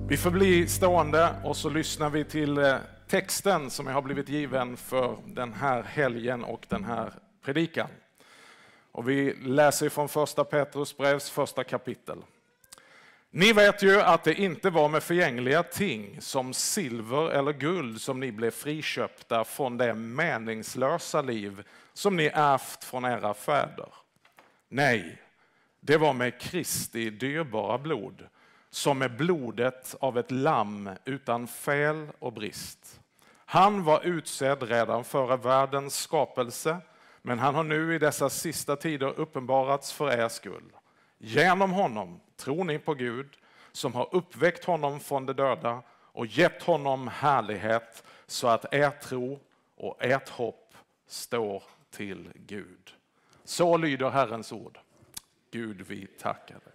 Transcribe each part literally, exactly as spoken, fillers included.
Vi får bli stående och så lyssnar vi till texten som jag har blivit given för den här helgen och den här predikan. Och vi läser från första Petrus brevs första kapitel. Ni vet ju att det inte var med förgängliga ting som silver eller guld som ni blev friköpta från det meningslösa liv som ni ärvt från era fäder. Nej, det var med Kristi dyrbara blod, som är blodet av ett lamm utan fel och brist. Han var utsedd redan före världens skapelse, men han har nu i dessa sista tider uppenbarats för er skull. Genom honom tror ni på Gud, som har uppväckt honom från de döda och gett honom härlighet, så att er tro och ert hopp står till Gud. Så lyder Herrens ord. Gud, vi tackar dig.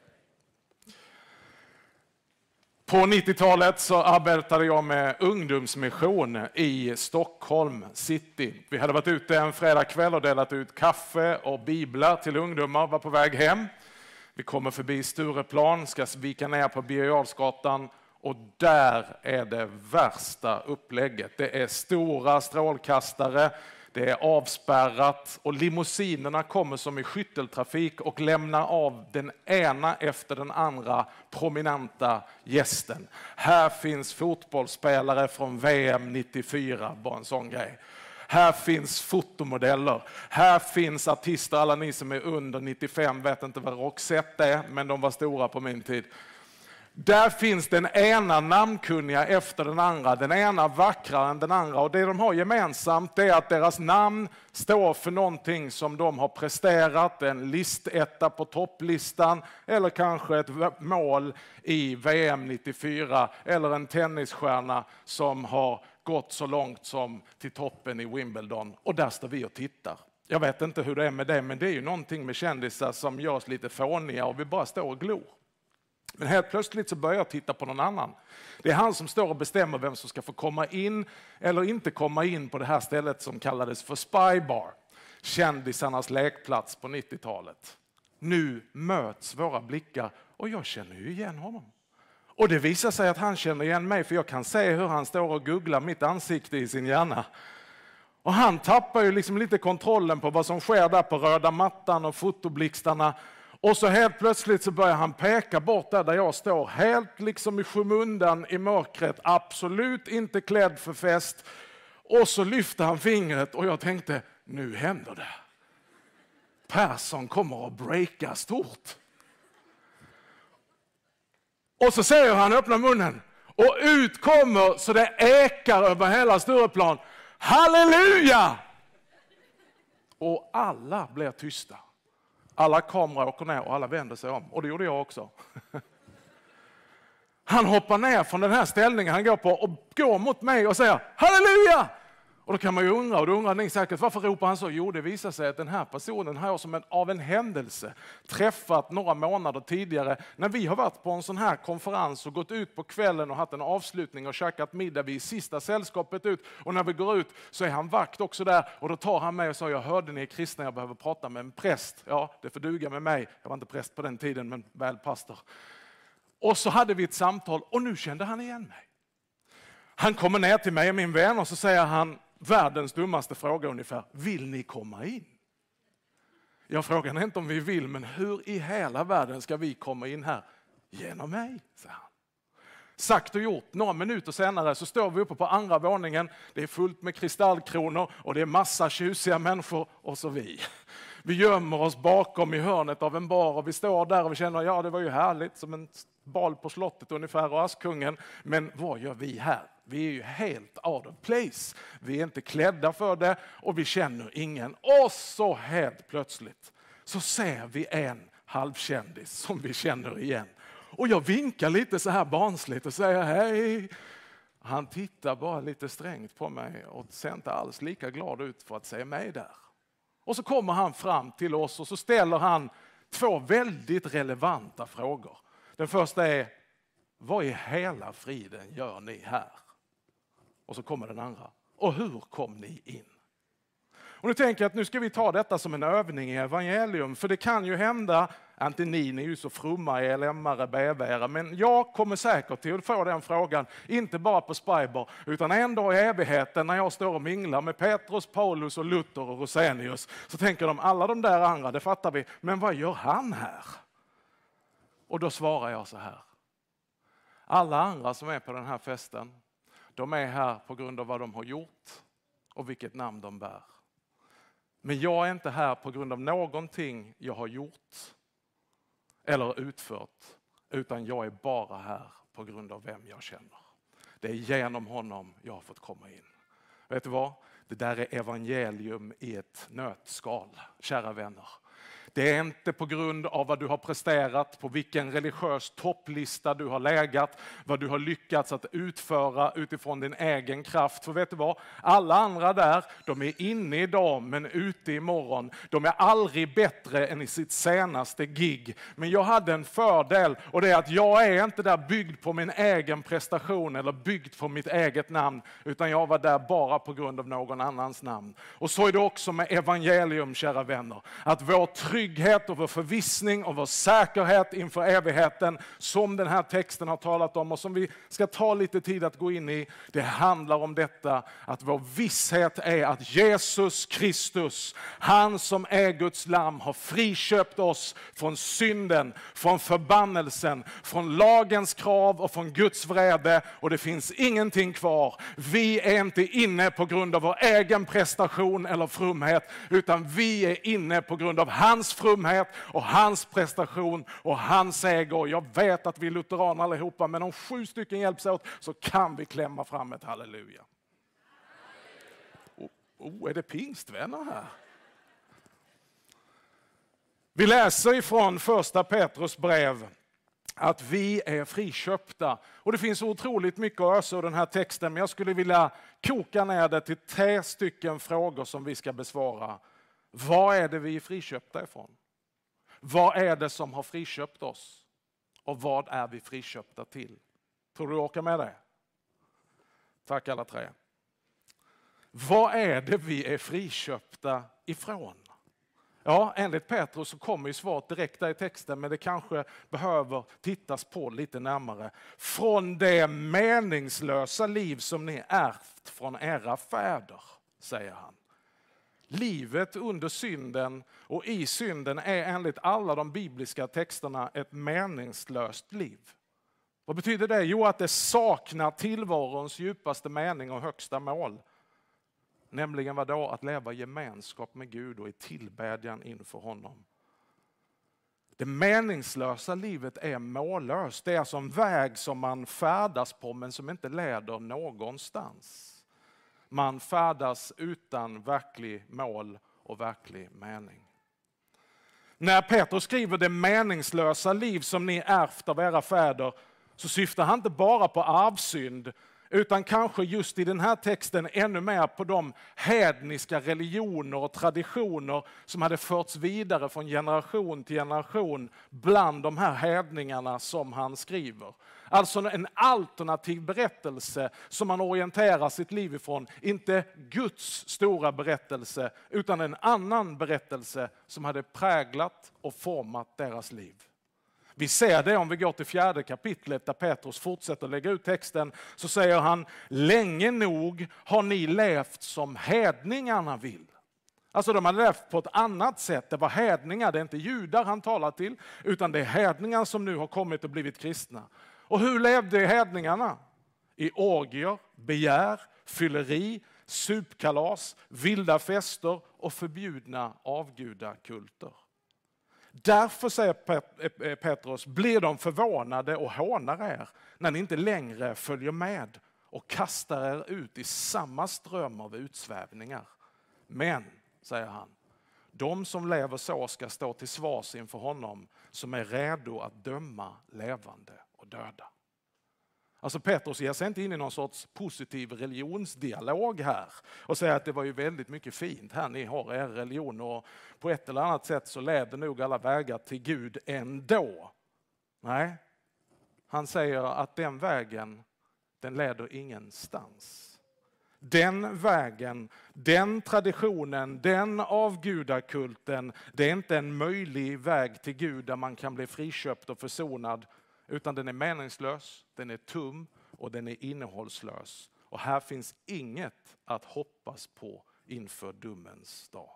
På nittiotalet så arbetade jag med ungdomsmission i Stockholm city. Vi hade varit ute en fredagkväll och delat ut kaffe och biblar till ungdomar, var på väg hem. Vi kommer förbi Stureplan, ska vika ner på Birger Jarlsgatan och där är det värsta upplägget. Det är stora strålkastare, det är avspärrat och limousinerna kommer som i skytteltrafik och lämnar av den ena efter den andra prominenta gästen. Här finns fotbollsspelare från V M nittiofyra, bara en sån grej. Här finns fotomodeller, här finns artister, alla ni som är under nittiofem vet inte vad Roxette är, men de var stora på min tid. Där finns den ena namnkunniga efter den andra, den ena vackrare än den andra. Och det de har gemensamt är att deras namn står för någonting som de har presterat, en listetta på topplistan eller kanske ett mål i V M nittiofyra eller en tennisstjärna som har gått så långt som till toppen i Wimbledon. Och där står vi och tittar. Jag vet inte hur det är med det, men det är ju någonting med kändisar som gör oss lite fåniga och vi bara står och glor. Men helt plötsligt så börjar jag titta på någon annan. Det är han som står och bestämmer vem som ska få komma in eller inte komma in på det här stället som kallades för Spy Bar. Kändisarnas lekplats på nittiotalet. Nu möts våra blickar och jag känner ju igen honom. Och det visar sig att han känner igen mig, för jag kan se hur han står och googlar mitt ansikte i sin hjärna. Och han tappar ju liksom lite kontrollen på vad som sker där på röda mattan och fotoblixtarna. Och så helt plötsligt så börjar han peka bort där, där jag står, helt liksom i skymundan i mörkret, absolut inte klädd för fest. Och så lyfter han fingret och jag tänkte, nu händer det. Persson kommer att breaka stort. Och så ser jag han öppna munnen och ut kommer så det ekar över hela Stureplan. Halleluja! Och alla blir tysta. Alla kameror åker ner och alla vänder sig om. Och det gjorde jag också. Han hoppar ner från den här ställningen han går på och går mot mig och säger halleluja! Och då kan man ju undra, och då undrar ni säkert, varför ropar han så? Jo, det visar sig att den här personen har jag som en, av en händelse träffat några månader tidigare när vi har varit på en sån här konferens och gått ut på kvällen och haft en avslutning och käkat middag. Vi är sista sällskapet ut och när vi går ut så är han vakt också där och då tar han mig och säger, jag hörde ni är kristna, jag behöver prata med en präst. Ja, det får duga med mig. Jag var inte präst på den tiden, men väl pastor. Och så hade vi ett samtal och nu kände han igen mig. Han kommer ner till mig och min vän och så säger han, världens dummaste fråga ungefär, vill ni komma in? Jag frågar inte om vi vill, men hur i hela världen ska vi komma in här? Genom mig, säger han. Sagt och gjort, några minuter senare så står vi uppe på andra våningen. Det är fullt med kristallkronor och det är massa tjusiga människor och så vi. Vi gömmer oss bakom i hörnet av en bar och vi står där och vi känner, ja det var ju härligt som en bal på slottet ungefär och Askungen. Men vad gör vi här? Vi är ju helt out of place. Vi är inte klädda för det och vi känner ingen. Och så helt plötsligt så ser vi en halvkändis som vi känner igen. Och jag vinkar lite så här barnsligt och säger hej. Han tittar bara lite strängt på mig och ser inte alls lika glad ut för att se mig där. Och så kommer han fram till oss och så ställer han två väldigt relevanta frågor. Den första är, vad i hela friden gör ni här? Och så kommer den andra, och hur kom ni in? Och nu tänker jag att nu ska vi ta detta som en övning i evangelium. För det kan ju hända Inte ni, ni är ju så fromma E L M-are, B V-are, men jag kommer säkert till att få den frågan, inte bara på Spybar, utan en dag i evigheten när jag står och minglar med Petrus, Paulus och Luther och Rosenius, så tänker de, alla de där andra, det fattar vi, men vad gör han här? Och då svarar jag så här: alla andra som är på den här festen, de är här på grund av vad de har gjort och vilket namn de bär. Men jag är inte här på grund av någonting jag har gjort eller utfört, utan jag är bara här på grund av vem jag känner. Det är genom honom jag har fått komma in. Vet du vad? Det där är evangelium i ett nötskal, kära vänner. Det är inte på grund av vad du har presterat, på vilken religiös topplista du har lägat, vad du har lyckats att utföra utifrån din egen kraft. För vet du vad? Alla andra där, de är inne idag men ute imorgon. De är aldrig bättre än i sitt senaste gig. Men jag hade en fördel, och det är att jag är inte där byggd på min egen prestation eller byggd på mitt eget namn, utan jag var där bara på grund av någon annans namn. Och så är det också med evangelium, kära vänner. Att vår trygghet och vår förvissning och vår säkerhet inför evigheten, som den här texten har talat om och som vi ska ta lite tid att gå in i, det handlar om detta, att vår visshet är att Jesus Kristus, han som är Guds lamm, har friköpt oss från synden, från förbannelsen, från lagens krav och från Guds vrede, och det finns ingenting kvar. Vi är inte inne på grund av vår egen prestation eller fromhet, utan vi är inne på grund av hans frumhet och hans prestation och hans seger. Jag vet att vi lutheraner allihopa, men om sju stycken hjälps åt så kan vi klämma fram ett halleluja. Oh, oh, är det pingstvänner här? Vi läser ifrån första Petrus brev att vi är friköpta. Och det finns otroligt mycket att ösa ur den här texten, men jag skulle vilja koka ner det till tre stycken frågor som vi ska besvara. Vad är det vi är friköpta ifrån? Vad är det som har friköpt oss? Och vad är vi friköpta till? Tror du orkar med det? Tack alla tre. Vad är det vi är friköpta ifrån? Ja, enligt Petrus så kommer ju svaret direkt där i texten, men det kanske behöver tittas på lite närmare. Från det meningslösa liv som ni ärvt från era fäder, säger han. Livet under synden och i synden är enligt alla de bibliska texterna ett meningslöst liv. Vad betyder det? Jo, att det saknar tillvarons djupaste mening och högsta mål. Nämligen vad då? Att leva i gemenskap med Gud och i tillbedjan inför honom. Det meningslösa livet är mållöst. Det är alltså en väg som man färdas på men som inte leder någonstans. Man färdas utan verklig mål och verklig mening. När Petrus skriver det meningslösa liv som ni ärvt av era fäder, så syftar han inte bara på arvsynd, utan kanske just i den här texten ännu mer på de hedniska religioner och traditioner som hade förts vidare från generation till generation bland de här hedningarna som han skriver. Alltså en alternativ berättelse som man orienterar sitt liv ifrån. Inte Guds stora berättelse, utan en annan berättelse som hade präglat och format deras liv. Vi ser det om vi går till fjärde kapitlet där Petrus fortsätter lägga ut texten, så säger han: länge nog har ni levt som hedningarna vill. Alltså de har levt på ett annat sätt. Det var hedningar, det är inte judar han talar till, utan det är hedningar som nu har kommit och blivit kristna. Och hur levde hedningarna? I orgier, begär, fylleri, supkalas, vilda fester och förbjudna avgudakulter. Därför, säger Petrus, blir de förvånade och hånar er när ni inte längre följer med och kastar er ut i samma ström av utsvävningar. Men, säger han, de som lever så ska stå till svars inför honom som är redo att döma levande och döda. Alltså Petrus ger sig inte in i någon sorts positiv religionsdialog här och säger att det var ju väldigt mycket fint här, ni har er religion och på ett eller annat sätt så leder nog alla vägar till Gud ändå. Nej, han säger att den vägen, den leder ingenstans. Den vägen, den traditionen, den avgudakulten, det är inte en möjlig väg till Gud där man kan bli friköpt och försonad, utan den är meningslös, den är tom och den är innehållslös. Och här finns inget att hoppas på inför domens dag.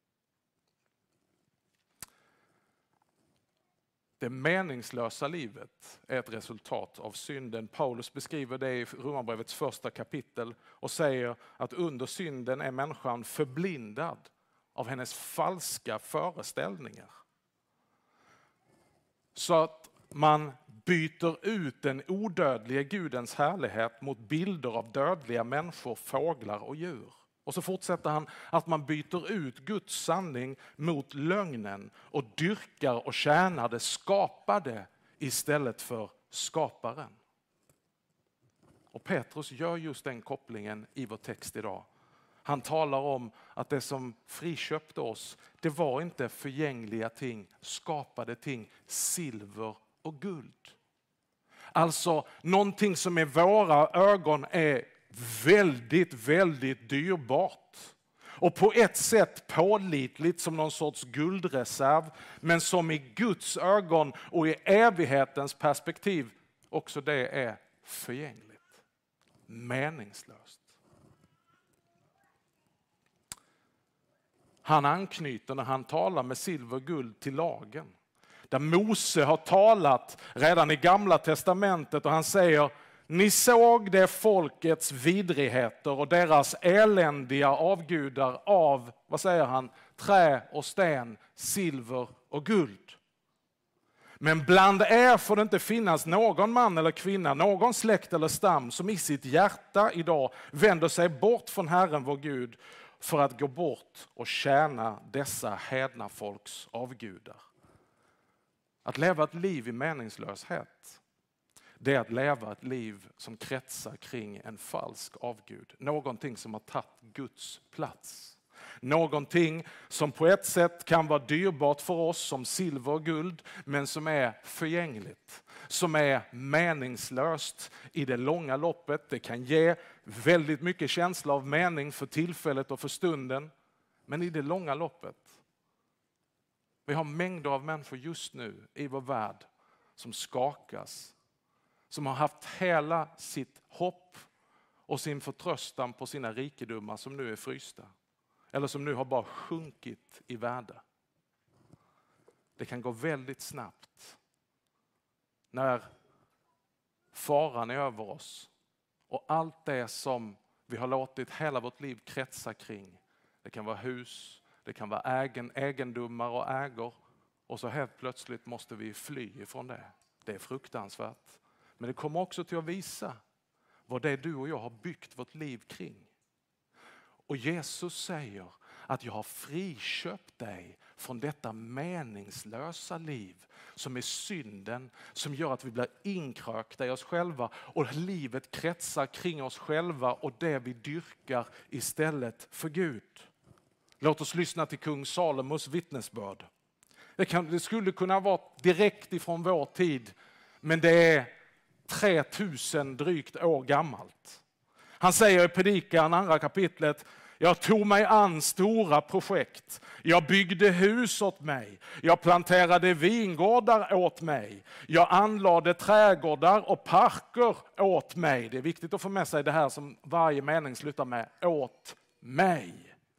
Det meningslösa livet är ett resultat av synden. Paulus beskriver det i Romarbrevets första kapitel och säger att under synden är människan förblindad av hennes falska föreställningar. Så att man byter ut den odödliga Gudens härlighet mot bilder av dödliga människor, fåglar och djur. Och så fortsätter han att man byter ut Guds sanning mot lögnen och dyrkar och tjänar det skapade istället för skaparen. Och Petrus gör just den kopplingen i vår text idag. Han talar om att det som friköpte oss, det var inte förgängliga ting, skapade ting, silver och guld. Alltså någonting som i våra ögon är väldigt, väldigt dyrbart. Och på ett sätt pålitligt som någon sorts guldreserv, men som i Guds ögon och i evighetens perspektiv också det är förgängligt, meningslöst. Han anknyter när han talar med silver och guld till lagen. Där Mose har talat redan i Gamla testamentet och han säger: ni såg det folkets vidrigheter och deras eländiga avgudar av, vad säger han, trä och sten, silver och guld. Men bland er får det inte finnas någon man eller kvinna, någon släkt eller stam som i sitt hjärta idag vänder sig bort från Herren vår Gud för att gå bort och tjäna dessa hedna folks avgudar. Att leva ett liv i meningslöshet, det är att leva ett liv som kretsar kring en falsk avgud. Någonting som har tagit Guds plats. Någonting som på ett sätt kan vara dyrbart för oss som silver och guld, men som är förgängligt. Som är meningslöst i det långa loppet. Det kan ge väldigt mycket känsla av mening för tillfället och för stunden. Men i det långa loppet. Vi har mängder av människor just nu i vår värld som skakas. Som har haft hela sitt hopp och sin förtröstan på sina rikedomar som nu är frysta. Eller som nu har bara sjunkit i värde. Det kan gå väldigt snabbt när faran är över oss. Och allt det som vi har låtit hela vårt liv kretsa kring. Det kan vara hus, det kan vara ägen, egendomar och ägor. Och så helt plötsligt måste vi fly ifrån det. Det är fruktansvärt. Men det kommer också till att visa vad det är du och jag har byggt vårt liv kring. Och Jesus säger att jag har friköpt dig från detta meningslösa liv som är synden, som gör att vi blir inkrökta i oss själva och livet kretsar kring oss själva och det vi dyrkar istället för Gud. Låt oss lyssna till kung Salomos vittnesbörd. Det, kan, det skulle kunna vara direkt ifrån vår tid, men det är tre tusen drygt år gammalt. Han säger i predikan, andra kapitlet: jag tog mig an stora projekt. Jag byggde hus åt mig. Jag planterade vingårdar åt mig. Jag anlade trädgårdar och parker åt mig. Det är viktigt att få med sig det här som varje mening slutar med: åt mig.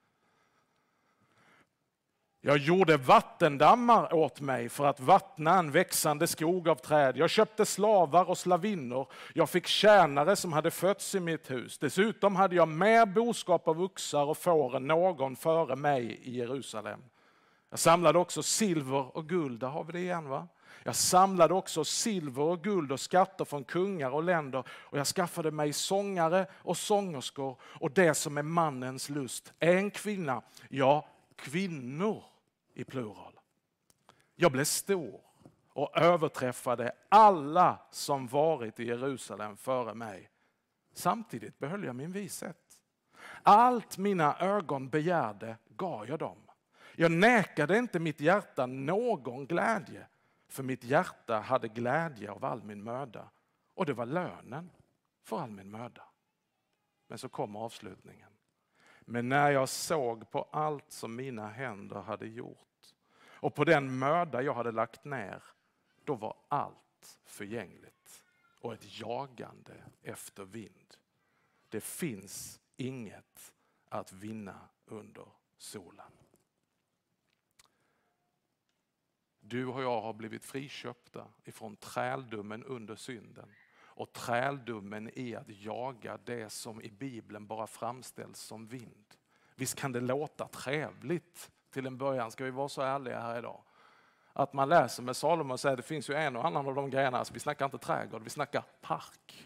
Jag gjorde vattendammar åt mig för att vattna en växande skog av träd. Jag köpte slavar och slavinnor. Jag fick tjänare som hade fötts i mitt hus. Dessutom hade jag mer boskap av oxar och får än någon före mig i Jerusalem. Jag samlade också silver och guld. Där har vi det igen, va? Jag samlade också silver och guld och skatter från kungar och länder. Och jag skaffade mig sångare och sångerskor och det som är mannens lust. En kvinna, ja, kvinnor i plural. Jag blev stor och överträffade alla som varit i Jerusalem före mig. Samtidigt behöll jag min vishet. Allt mina ögon begärde gav jag dem. Jag nekade inte mitt hjärta någon glädje, för mitt hjärta hade glädje av all min möda. Och det var lönen för all min möda. Men så kommer avslutningen. Men när jag såg på allt som mina händer hade gjort och på den möda jag hade lagt ner, då var allt förgängligt och ett jagande efter vind. Det finns inget att vinna under solen. Du och jag har blivit friköpta ifrån träldomen under synden. Och träldomen är att jaga det som i Bibeln bara framställs som vind. Visst kan det låta trevligt till en början, ska vi vara så ärliga här idag. Att man läser med Salomon och säger att det finns ju en och annan av de grejerna. Alltså vi snackar inte trädgård, vi snackar park.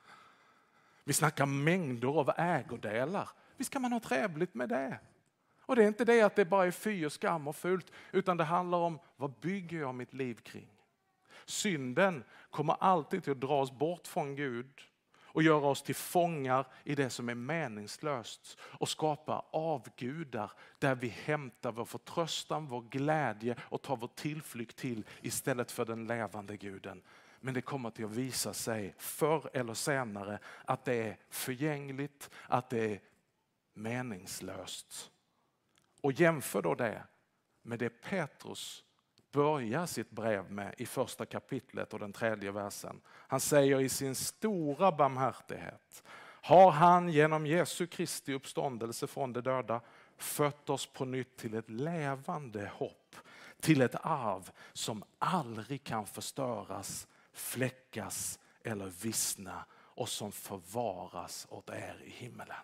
Vi snackar mängder av ägodelar. Visst kan man ha trevligt med det. Och det är inte det att det bara är fy och skam och fult, utan det handlar om vad bygger jag mitt liv kring. Synden kommer alltid till att dra oss bort från Gud och göra oss till fångar i det som är meningslöst och skapa avgudar där vi hämtar vår förtröstan, vår glädje och tar vår tillflykt till istället för den levande Guden. Men det kommer till att visa sig förr eller senare att det är förgängligt, att det är meningslöst. Och jämför då det med det Petrus börjar sitt brev med i första kapitlet och den tredje versen. Han säger i sin stora barmhärtighet har han genom Jesu Kristi uppståndelse från de döda fött oss på nytt till ett levande hopp, till ett arv som aldrig kan förstöras, fläckas eller vissna och som förvaras åt er i himmelen.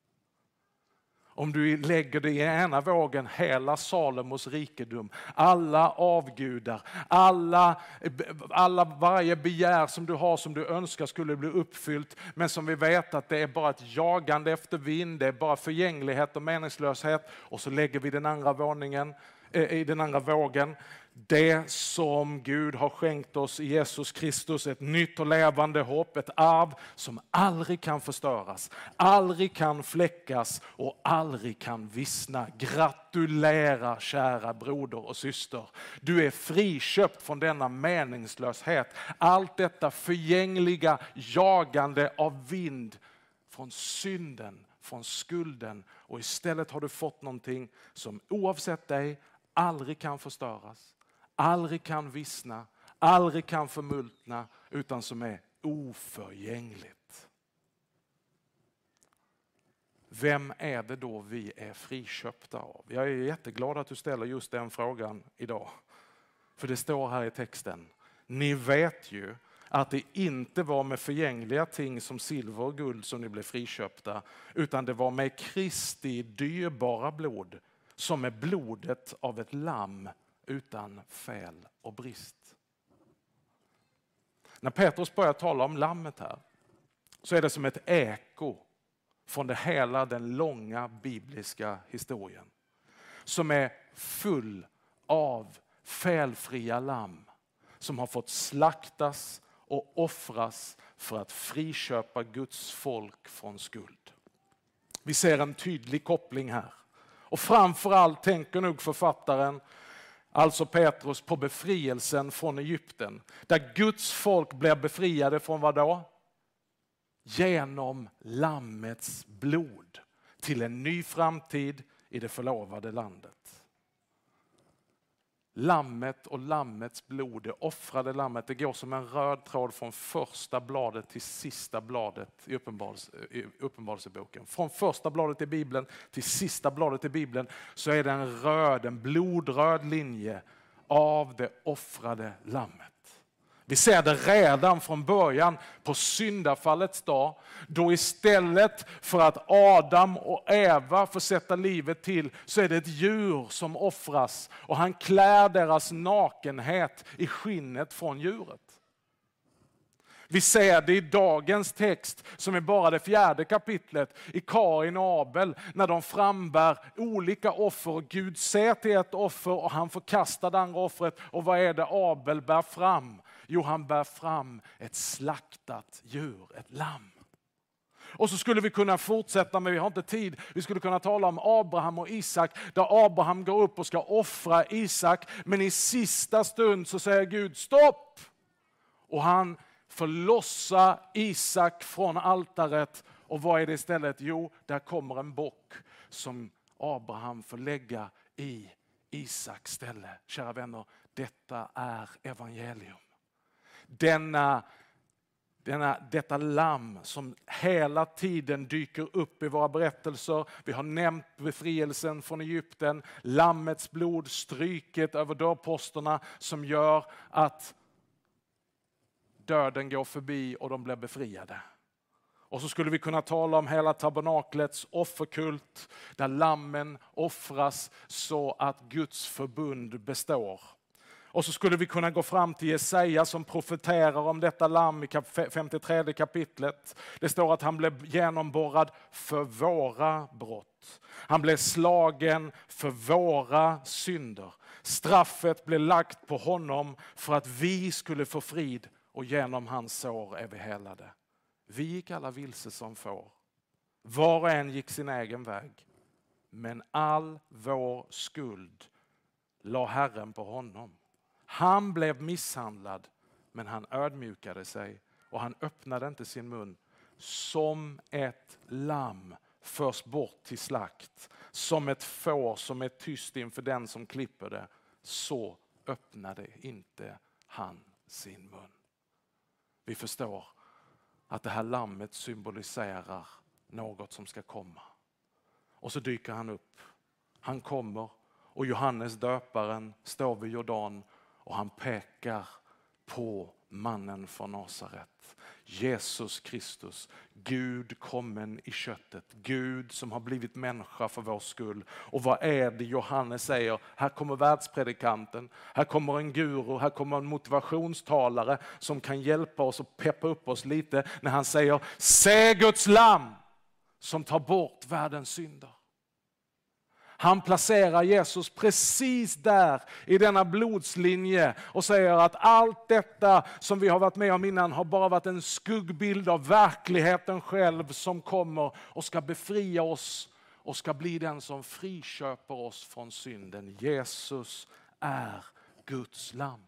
Om du lägger det i ena vågen hela Salomos rikedom, alla avgudar, alla, alla, varje begär som du har som du önskar skulle bli uppfyllt, men som vi vet att det är bara ett jagande efter vind, det är bara förgänglighet och meningslöshet, och så lägger vi den andra våningen, i den andra vågen det som Gud har skänkt oss i Jesus Kristus, ett nytt och levande hopp, ett arv som aldrig kan förstöras, aldrig kan fläckas och aldrig kan vissna. Gratulera kära broder och syster. Du är friköpt från denna meningslöshet. Allt detta förgängliga jagande av vind från synden, från skulden, och istället har du fått någonting som oavsett dig aldrig kan förstöras, aldrig kan vissna, aldrig kan förmultna, utan som är oförgängligt. Vem är det då vi är friköpta av? Jag är jätteglad att du ställer just den frågan idag. För det står här i texten. Ni vet ju att det inte var med förgängliga ting som silver och guld som ni blev friköpta, utan det var med Kristi dyrbara blod, som är blodet av ett lamm utan fel och brist. När Petrus börjar tala om lammet här, så är det som ett eko från det hela den långa bibliska historien, som är full av felfria lamm som har fått slaktas och offras för att friköpa Guds folk från skuld. Vi ser en tydlig koppling här. Och framförallt tänker nog författaren, alltså Petrus, på befrielsen från Egypten. Där Guds folk blir befriade från vad då? Genom lammets blod till en ny framtid i det förlovade landet. Lammet och lammets blod, det offrade lammet, det går som en röd tråd från första bladet till sista bladet i, uppenbarelse, i uppenbarelseboken. Från första bladet i Bibeln till sista bladet i Bibeln så är det en röd, en blodröd linje av det offrade lammet. Vi ser det redan från början på syndafallets dag, då istället för att Adam och Eva får sätta livet till så är det ett djur som offras, och han klär deras nakenhet i skinnet från djuret. Vi ser det i dagens text som är bara det fjärde kapitlet i Kain och Abel, när de frambär olika offer och Gud ser till ett offer och han förkastar det andra offret. Och vad är det Abel bär fram? Jo, han bär fram ett slaktat djur, ett lamm. Och så skulle vi kunna fortsätta, men vi har inte tid. Vi skulle kunna tala om Abraham och Isak, där Abraham går upp och ska offra Isak, men i sista stund så säger Gud stopp! Och han förlossa Isak från altaret Och vad är det istället? Jo, där kommer en bock som Abraham får lägga i Isaks ställe. Kära vänner, detta är evangelium. Denna, denna, detta lamm som hela tiden dyker upp i våra berättelser. Vi har nämnt befrielsen från Egypten. Lammets blod stryket över dörrposterna som gör att döden går förbi och de blir befriade. Och så skulle vi kunna tala om hela tabernaklets offerkult där lammen offras så att Guds förbund består. Och så skulle vi kunna gå fram till Jesaja som profeterar om detta lamm i femtiotredje kapitlet. Det står att han blev genomborrad för våra brott. Han blev slagen för våra synder. Straffet blev lagt på honom för att vi skulle få frid och genom hans sår är vi helade. Vi gick alla vilse som får. Var och en gick sin egen väg. Men all vår skuld la Herren på honom. Han blev misshandlad, men han ödmjukade sig och han öppnade inte sin mun. Som ett lamm förs bort till slakt, som ett får som är tyst inför den som klipper det, så öppnade inte han sin mun. Vi förstår att det här lammet symboliserar något som ska komma. Och så dyker han upp. Han kommer och Johannes döparen står vid Jordan och han pekar på mannen från Nasaret. Jesus Kristus, Gud kommen i köttet. Gud som har blivit människa för vår skull. Och vad är det Johannes säger? Här kommer världspredikanten. Här kommer en guru. Här kommer en motivationstalare som kan hjälpa oss och peppa upp oss lite. När han säger, se Guds lamm som tar bort världens synder. Han placerar Jesus precis där i denna blodslinje och säger att allt detta som vi har varit med om innan har bara varit en skuggbild av verkligheten själv som kommer och ska befria oss och ska bli den som friköper oss från synden. Jesus är Guds lamm.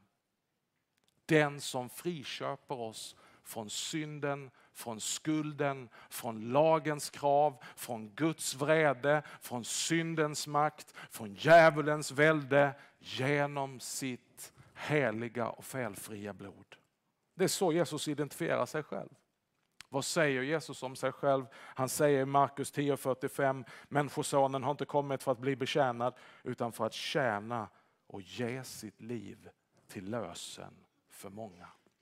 Den som friköper oss från synden, från skulden, från lagens krav, från Guds vrede, från syndens makt, från djävulens välde genom sitt heliga och felfria blod. Det är så Jesus identifierar sig själv. Vad säger Jesus om sig själv? Han säger i Markus tio fyrtiofem, människosonen har inte kommit för att bli betjänad utan för att tjäna och ge sitt liv till lösen för många.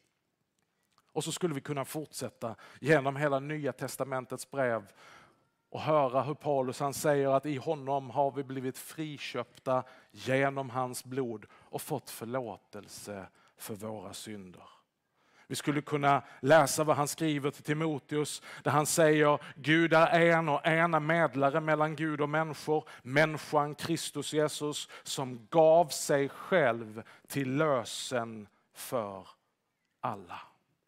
Och så skulle vi kunna fortsätta genom hela Nya testamentets brev och höra hur Paulus han säger att i honom har vi blivit friköpta genom hans blod och fått förlåtelse för våra synder. Vi skulle kunna läsa vad han skriver till Timoteus där han säger Gud är en och ena medlare mellan Gud och människor, människan Kristus Jesus som gav sig själv till lösen för alla.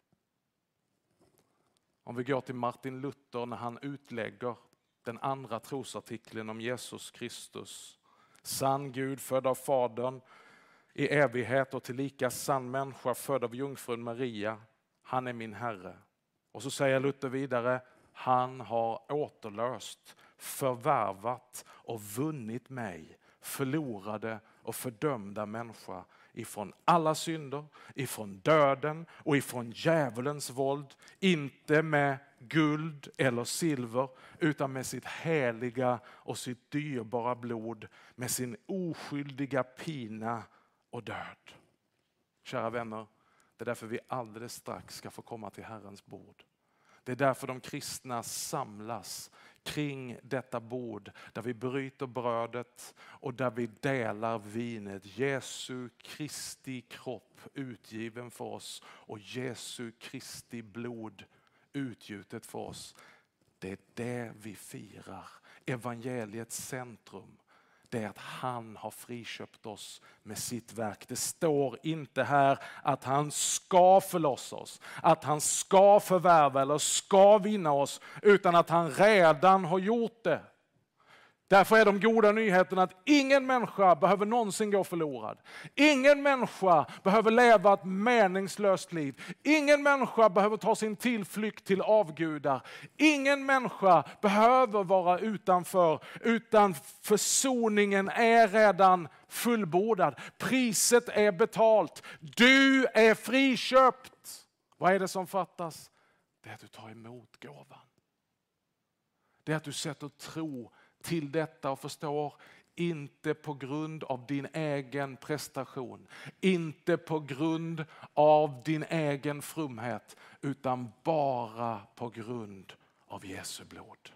Om vi går till Martin Luther när han utlägger den andra trosartikeln om Jesus Kristus. Sann Gud född av Fadern i evighet och tillika sann människa född av jungfrun Maria. Han är min Herre. Och så säger Luther vidare, han har återlöst, förvärvat och vunnit mig, förlorade och fördömda människa ifrån alla synder, ifrån döden och ifrån djävulens våld, inte med guld eller silver utan med sitt heliga och sitt dyrbara blod, med sin oskyldiga pina och död. Kära vänner, det är därför vi alldeles strax ska få komma till Herrens bord. Det är därför de kristna samlas kring detta bord där vi bryter brödet och där vi delar vinet. Jesu Kristi kropp utgiven för oss och Jesu Kristi blod utgjutet för oss. Det är det vi firar. Evangeliets centrum. Det är att han har friköpt oss med sitt verk. Det står inte här att han ska förlossa oss, att han ska förvärva eller ska vinna oss, utan att han redan har gjort det. Därför är de goda nyheterna att ingen människa behöver någonsin gå förlorad. Ingen människa behöver leva ett meningslöst liv. Ingen människa behöver ta sin tillflykt till avgudar. Ingen människa behöver vara utanför, utan försoningen är redan fullbordad. Priset är betalt. Du är friköpt. Vad är det som fattas? Det är att du tar emot gåvan. Det är att du sätter tro till detta och förstår, inte på grund av din egen prestation, inte på grund av din egen fromhet, utan bara på grund av Jesu blod.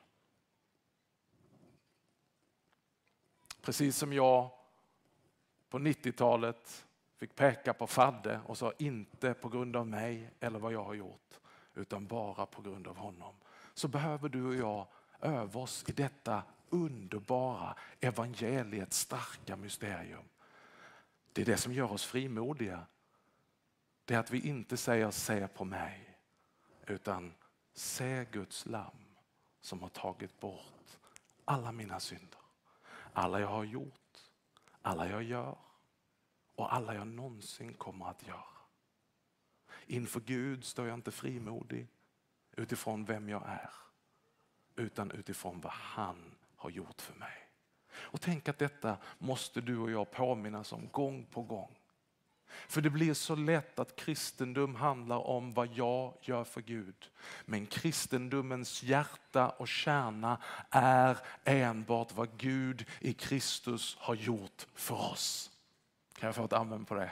Precis som jag på nittiotalet fick peka på Fadde och sa inte på grund av mig eller vad jag har gjort, utan bara på grund av honom, så behöver du och jag öva oss i detta underbara evangeliets starka mysterium. Det är det som gör oss frimodiga. Det är att vi inte säger se på mig, utan se Guds lamm som har tagit bort alla mina synder. Alla jag har gjort, alla jag gör och alla jag någonsin kommer att göra. Inför Gud står jag inte frimodig utifrån vem jag är, utan utifrån vad han har gjort för mig. Och tänk att detta måste du och jag påminnas om gång på gång. För det blir så lätt att kristendom handlar om vad jag gör för Gud. Men kristendomens hjärta och kärna är enbart vad Gud i Kristus har gjort för oss. Kan jag få ett amen på det?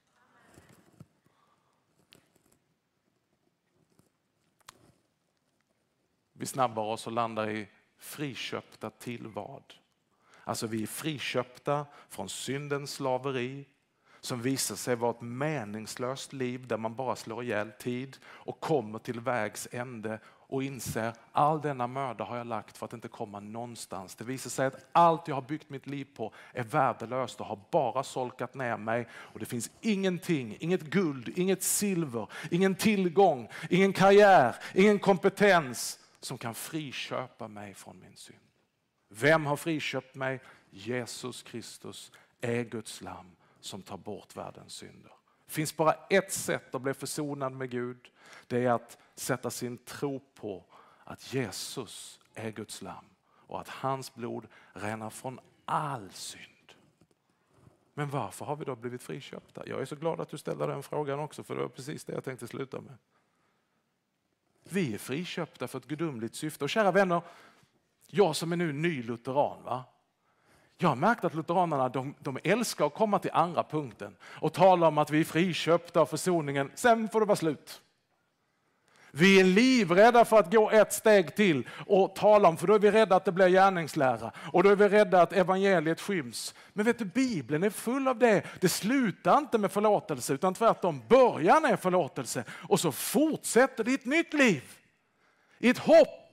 Vi snabbar oss och landar i friköpta till vad? Alltså vi är friköpta från syndens slaveri som visar sig vara ett meningslöst liv där man bara slår ihjäl tid och kommer till vägs ände och inser all denna möda har jag lagt för att inte komma någonstans. Det visar sig att allt jag har byggt mitt liv på är värdelöst och har bara solkat ner mig, och det finns ingenting, inget guld, inget silver, ingen tillgång, ingen karriär, ingen kompetens som kan friköpa mig från min synd. Vem har friköpt mig? Jesus Kristus är Guds lamm som tar bort världens synder. Det finns bara ett sätt att bli försonad med Gud. Det är att sätta sin tro på att Jesus är Guds lamm och att hans blod renar från all synd. Men varför har vi då blivit friköpta? Jag är så glad att du ställer den frågan också, för det var precis det jag tänkte sluta med. Vi är friköpta för ett gudomligt syfte. Och kära vänner, jag som är nu ny lutheran, va? Jag har märkt att lutheranerna de, de älskar att komma till andra punkten och tala om att vi är friköpta av försoningen. Sen får det vara slut. Vi är livrädda för att gå ett steg till och tala om, för då är vi rädda att det blir gärningslära. Och då är vi rädda att evangeliet skyms. Men vet du, Bibeln är full av det. Det slutar inte med förlåtelse, utan tvärtom börjar med förlåtelse. Och så fortsätter det i ett nytt liv. I ett hopp.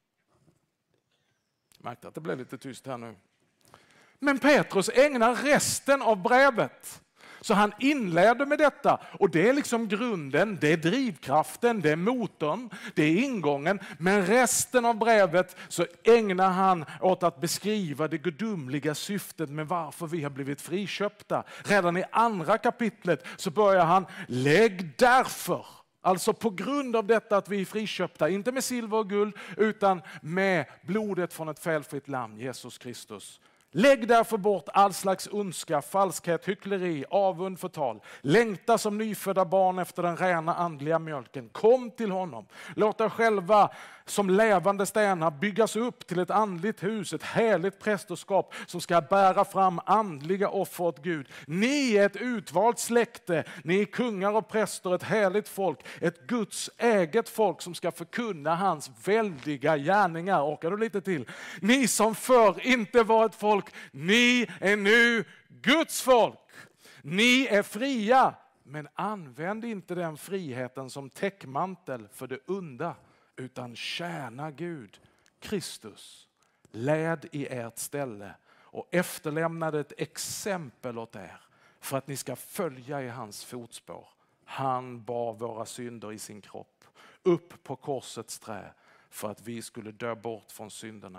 Jag märkte att det blev lite tyst här nu. Men Petrus ägnar resten av brevet. Så han inleder med detta, och det är liksom grunden, det är drivkraften, det är motorn, det är ingången. Men resten av brevet så ägnar han åt att beskriva det gudomliga syftet med varför vi har blivit friköpta. Redan i andra kapitlet så börjar han, lägg därför. Alltså på grund av detta att vi är friköpta, inte med silver och guld utan med blodet från ett felfritt lamm, Jesus Kristus. Lägg därför bort all slags ondska, falskhet, hyckleri, avund, förtal. Längta som nyfödda barn efter den rena andliga mjölken. Kom till honom. Låt er själva som levande stenar byggas upp till ett andligt hus, ett heligt prästerskap som ska bära fram andliga offer åt Gud. Ni är ett utvalt släkte, ni är kungar och präster, ett heligt folk, ett Guds eget folk som ska förkunna hans väldiga gärningar. Orkar du lite till? Ni som förr inte var ett folk, ni är nu Guds folk. Ni är fria, men använd inte den friheten som täckmantel för det onda, utan tjäna Gud. Kristus led i ert ställe och efterlämnade ett exempel åt er för att ni ska följa i hans fotspår. Han bar våra synder i sin kropp upp på korsets trä för att vi skulle dö bort från synderna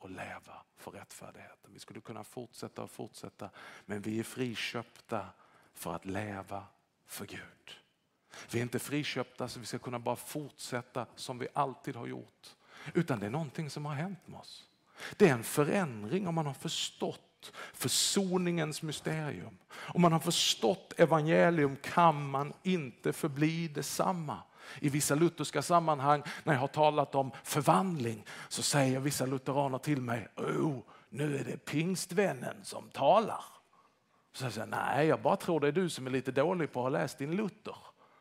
och leva för rättfärdigheten. Vi skulle kunna fortsätta och fortsätta, men vi är friköpta för att leva för Gud. Vi är inte friköpta så vi ska kunna bara fortsätta som vi alltid har gjort. Utan det är någonting som har hänt med oss. Det är en förändring om man har förstått försoningens mysterium. Om man har förstått evangelium kan man inte förbli detsamma. I vissa lutherska sammanhang när jag har talat om förvandling så säger vissa lutheraner till mig, oh, nu är det pingstvännen som talar. Så jag säger, nej, jag bara tror det är du som är lite dålig på att ha läst din Luther.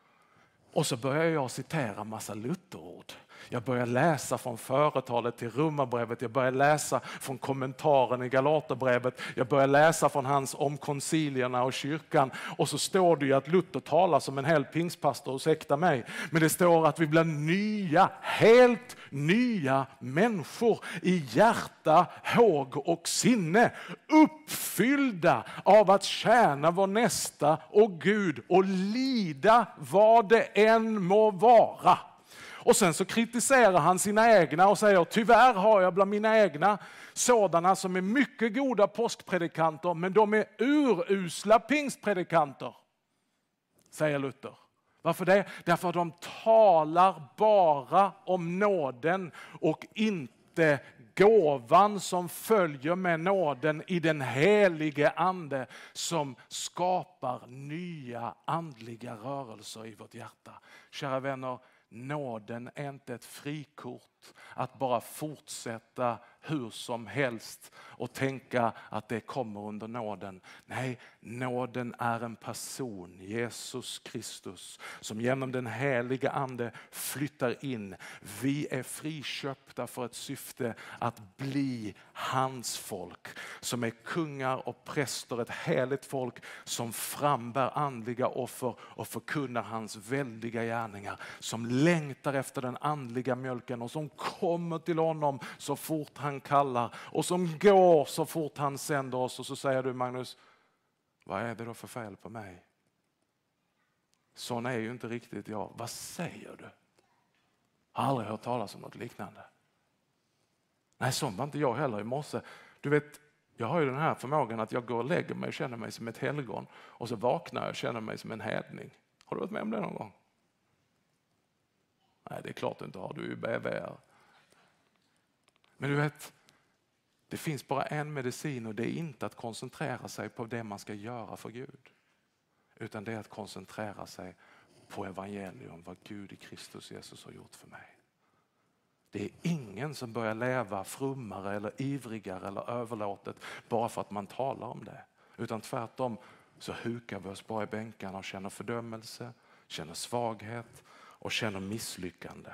Och så börjar jag citera massa Lutherord. Jag börjar läsa från företalet till Romarbrevet. Jag börjar läsa från kommentaren i Galaterbrevet. Jag börjar läsa från hans om koncilierna och kyrkan. Och så står det ju att Luther talar som en hel pingstpastor, ursäkta mig. Men det står att vi blir nya, helt nya människor i hjärta, håg och sinne. Uppfyllda av att tjäna vår nästa och Gud och lida vad det än må vara. Och sen så kritiserar han sina egna och säger, tyvärr har jag bland mina egna sådana som är mycket goda påskpredikanter, men de är urusla pingstpredikanter, säger Luther. Varför det? Därför att de talar bara om nåden och inte gåvan som följer med nåden i den helige ande som skapar nya andliga rörelser i vårt hjärta. Kära vänner, nåden är inte ett frikort att bara fortsätta hur som helst och tänka att det kommer under nåden. Nej, nåden är en person, Jesus Kristus, som genom den heliga ande flyttar in. Vi är friköpta för ett syfte att bli hans folk, som är kungar och präster, ett heligt folk som frambär andliga offer och förkunnar hans väldiga gärningar, som längtar efter den andliga mjölken och som kommer till honom så fort han kallar och som går så fort han sänder oss. Och så säger du, Magnus, vad är det då för fel på mig? Sån är ju inte riktigt jag. Vad säger du? Jag har aldrig hört talas om något liknande. Nej, sån var inte jag heller i morse. Du vet, jag har ju den här förmågan att jag går och lägger mig och känner mig som ett helgon och så vaknar jag och känner mig som en hedning. Har du varit med om det någon gång? Nej, det är klart du inte har. Du är ju B V R. Men du vet, det finns bara en medicin och det är inte att koncentrera sig på det man ska göra för Gud. Utan det är att koncentrera sig på evangelium, vad Gud i Kristus Jesus har gjort för mig. Det är ingen som börjar leva frummare eller ivrigare eller överlåtet bara för att man talar om det. Utan tvärtom så hukar vi oss bara i bänkarna och känner fördömelse, känner svaghet och känner misslyckande.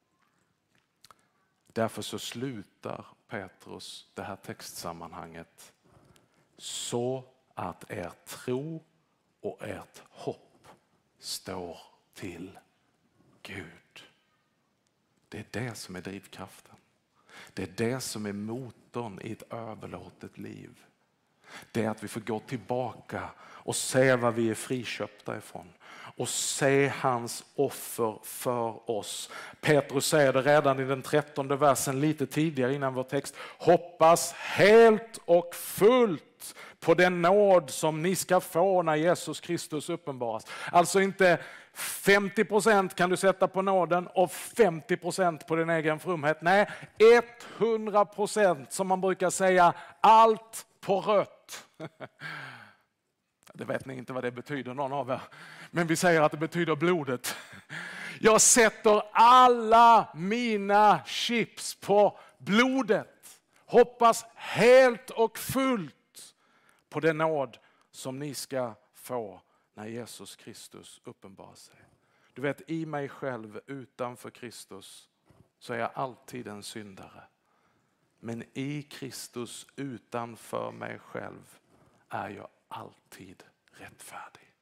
Därför så slutar Petrus det här textsammanhanget så att er tro och ert hopp står till Gud. Det är det som är drivkraften. Det är det som är motorn i ett överlåtet liv. Det är att vi får gå tillbaka och se vad vi är friköpta ifrån. Och se hans offer för oss. Petrus säger det redan i den trettonde versen lite tidigare innan vår text. Hoppas helt och fullt på den nåd som ni ska få när Jesus Kristus uppenbaras. Alltså inte femtio procent kan du sätta på nåden och femtio procent på din egen fromhet. Nej, hundra procent som man brukar säga, allt på rött. Det vet ni inte vad det betyder, någon av er. Men vi säger att det betyder blodet. Jag sätter alla mina chips på blodet. Hoppas helt och fullt på den nåd som ni ska få när Jesus Kristus uppenbarar sig. Du vet, i mig själv utanför Kristus så är jag alltid en syndare. Men i Kristus utanför mig själv är jag alltid rättfärdig.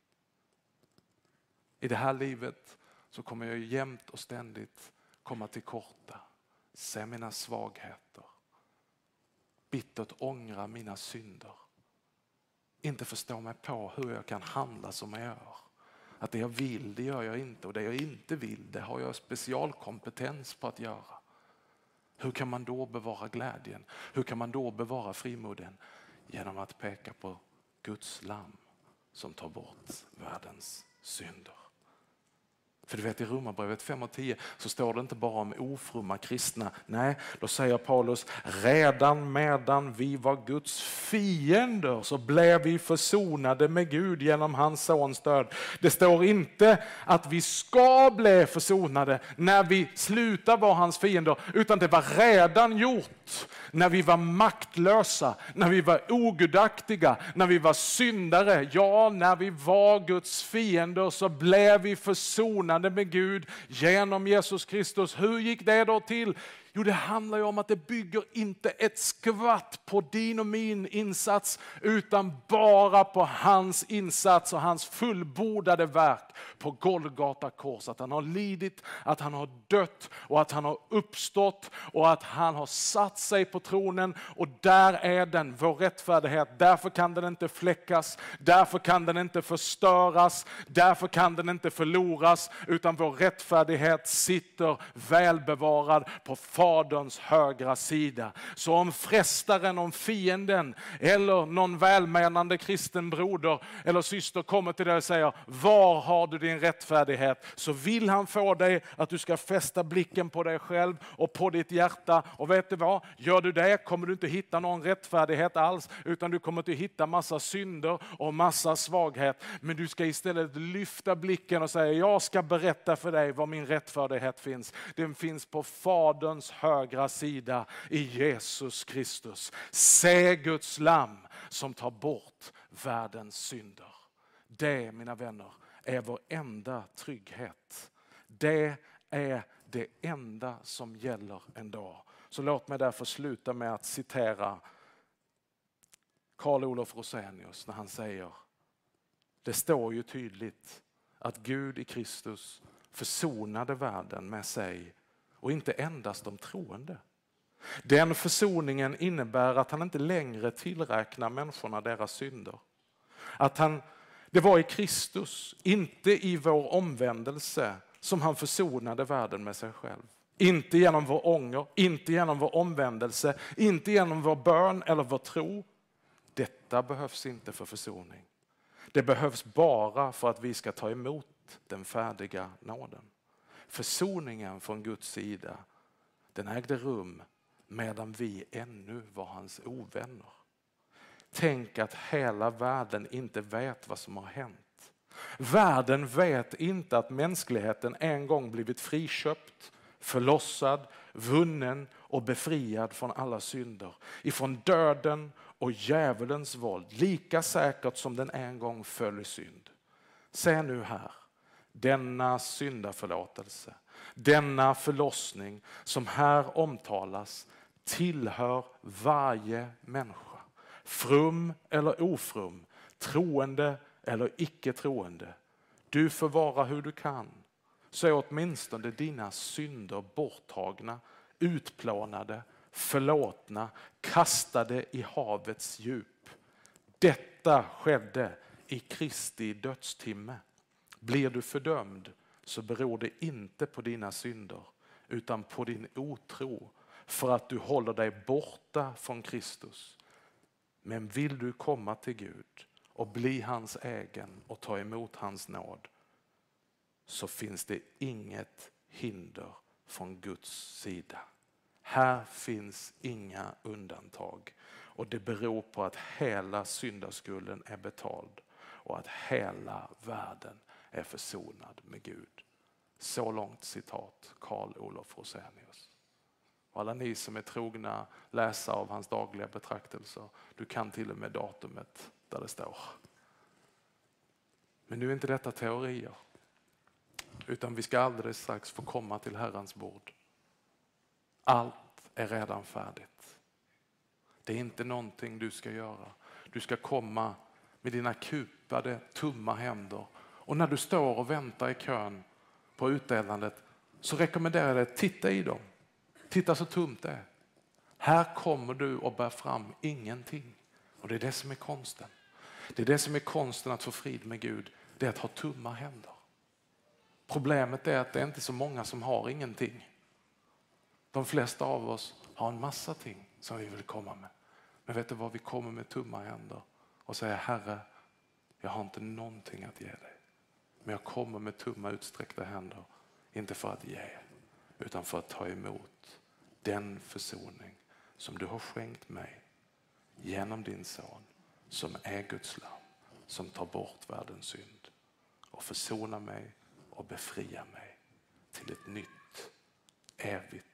I det här livet så kommer jag jämt och ständigt komma till korta. Se mina svagheter. Bittert ångra mina synder. Inte förstå mig på hur jag kan handla som jag gör. Att det jag vill, det gör jag inte. Och det jag inte vill, det har jag specialkompetens på att göra. Hur kan man då bevara glädjen? Hur kan man då bevara frimodigheten? Genom att peka på Guds lamm som tar bort världens synder. För du vet, i Romarbrevet fem och tio så står det inte bara om ofromma kristna. Nej, då säger Paulus, redan medan vi var Guds fiender så blev vi försonade med Gud genom hans sons död. Det står inte att vi ska bli försonade när vi slutar vara hans fiender, utan det var redan gjort när vi var maktlösa, när vi var ogudaktiga, när vi var syndare. Ja, när vi var Guds fiender så blev vi försonade med Gud genom Jesus Kristus. Hur gick det då till? Jo, det handlar ju om att det bygger inte ett skvatt på din och min insats, utan bara på hans insats och hans fullbordade verk på Golgata kors. Att han har lidit, att han har dött och att han har uppstått och att han har satt sig på tronen, och där är den, vår rättfärdighet. Därför kan den inte fläckas, därför kan den inte förstöras, därför kan den inte förloras, utan vår rättfärdighet sitter välbevarad på Faderns högra sida. Så om frestaren, om fienden eller någon välmenande kristen broder eller syster kommer till dig och säger, var har du din rättfärdighet? Så vill han få dig att du ska fästa blicken på dig själv och på ditt hjärta. Och vet du vad? Gör du det kommer du inte hitta någon rättfärdighet alls, utan du kommer att hitta massa synder och massa svaghet. Men du ska istället lyfta blicken och säga, jag ska berätta för dig var min rättfärdighet finns. Den finns på Faderns högra sida i Jesus Kristus. Se Guds lamm som tar bort världens synder. Det, mina vänner, är vår enda trygghet. Det är det enda som gäller en dag. Så låt mig därför sluta med att citera Carl Olof Rosenius när han säger, det står ju tydligt att Gud i Kristus försonade världen med sig, och inte endast de troende. Den försoningen innebär att han inte längre tillräknar människorna deras synder. Att han, det var i Kristus, inte i vår omvändelse, som han försonade världen med sig själv. Inte genom vår ånger, inte genom vår omvändelse, inte genom vår bön eller vår tro. Detta behövs inte för försoning. Det behövs bara för att vi ska ta emot den färdiga nåden. Försoningen från Guds sida, den ägde rum medan vi ännu var hans ovänner. Tänk att hela världen inte vet vad som har hänt. Världen vet inte att mänskligheten en gång blivit friköpt, förlossad, vunnen och befriad från alla synder. Ifrån döden och djävulens våld, lika säkert som den en gång föll i synd. Se nu här. Denna syndaförlåtelse, denna förlossning som här omtalas tillhör varje människa. From eller ofrum, troende eller icke troende. Du får vara hur du kan, så är åtminstone dina synder borttagna, utplånade, förlåtna, kastade i havets djup. Detta skedde i Kristi dödstimme. Blir du fördömd så beror det inte på dina synder utan på din otro, för att du håller dig borta från Kristus. Men vill du komma till Gud och bli hans egen och ta emot hans nåd, så finns det inget hinder från Guds sida. Här finns inga undantag, och det beror på att hela syndaskulden är betald och att hela världen är försonad med Gud. Så långt citat Carl Olof Rosenius. Och alla ni som är trogna läsare av hans dagliga betraktelser, du kan till och med datumet där det står. Men nu är inte detta teorier, utan vi ska alldeles strax få komma till Herrens bord. Allt är redan färdigt. Det är inte någonting du ska göra. Du ska komma med dina kupade, tumma händer. Och när du står och väntar i kön på utdelandet så rekommenderar jag dig att titta i dem. Titta så tomt det är. Här kommer du och bär fram ingenting. Och det är det som är konsten. Det är det som är konsten att få frid med Gud. Det är att ha tumma händer. Problemet är att det är inte så många som har ingenting. De flesta av oss har en massa ting som vi vill komma med. Men vet du vad, vi kommer med tomma händer och säger: Herre, jag har inte någonting att ge dig. Men jag kommer med tomma utsträckta händer, inte för att ge, utan för att ta emot den försoning som du har skänkt mig genom din son, som är Guds lamm, som tar bort världens synd och försonar mig och befriar mig till ett nytt evigt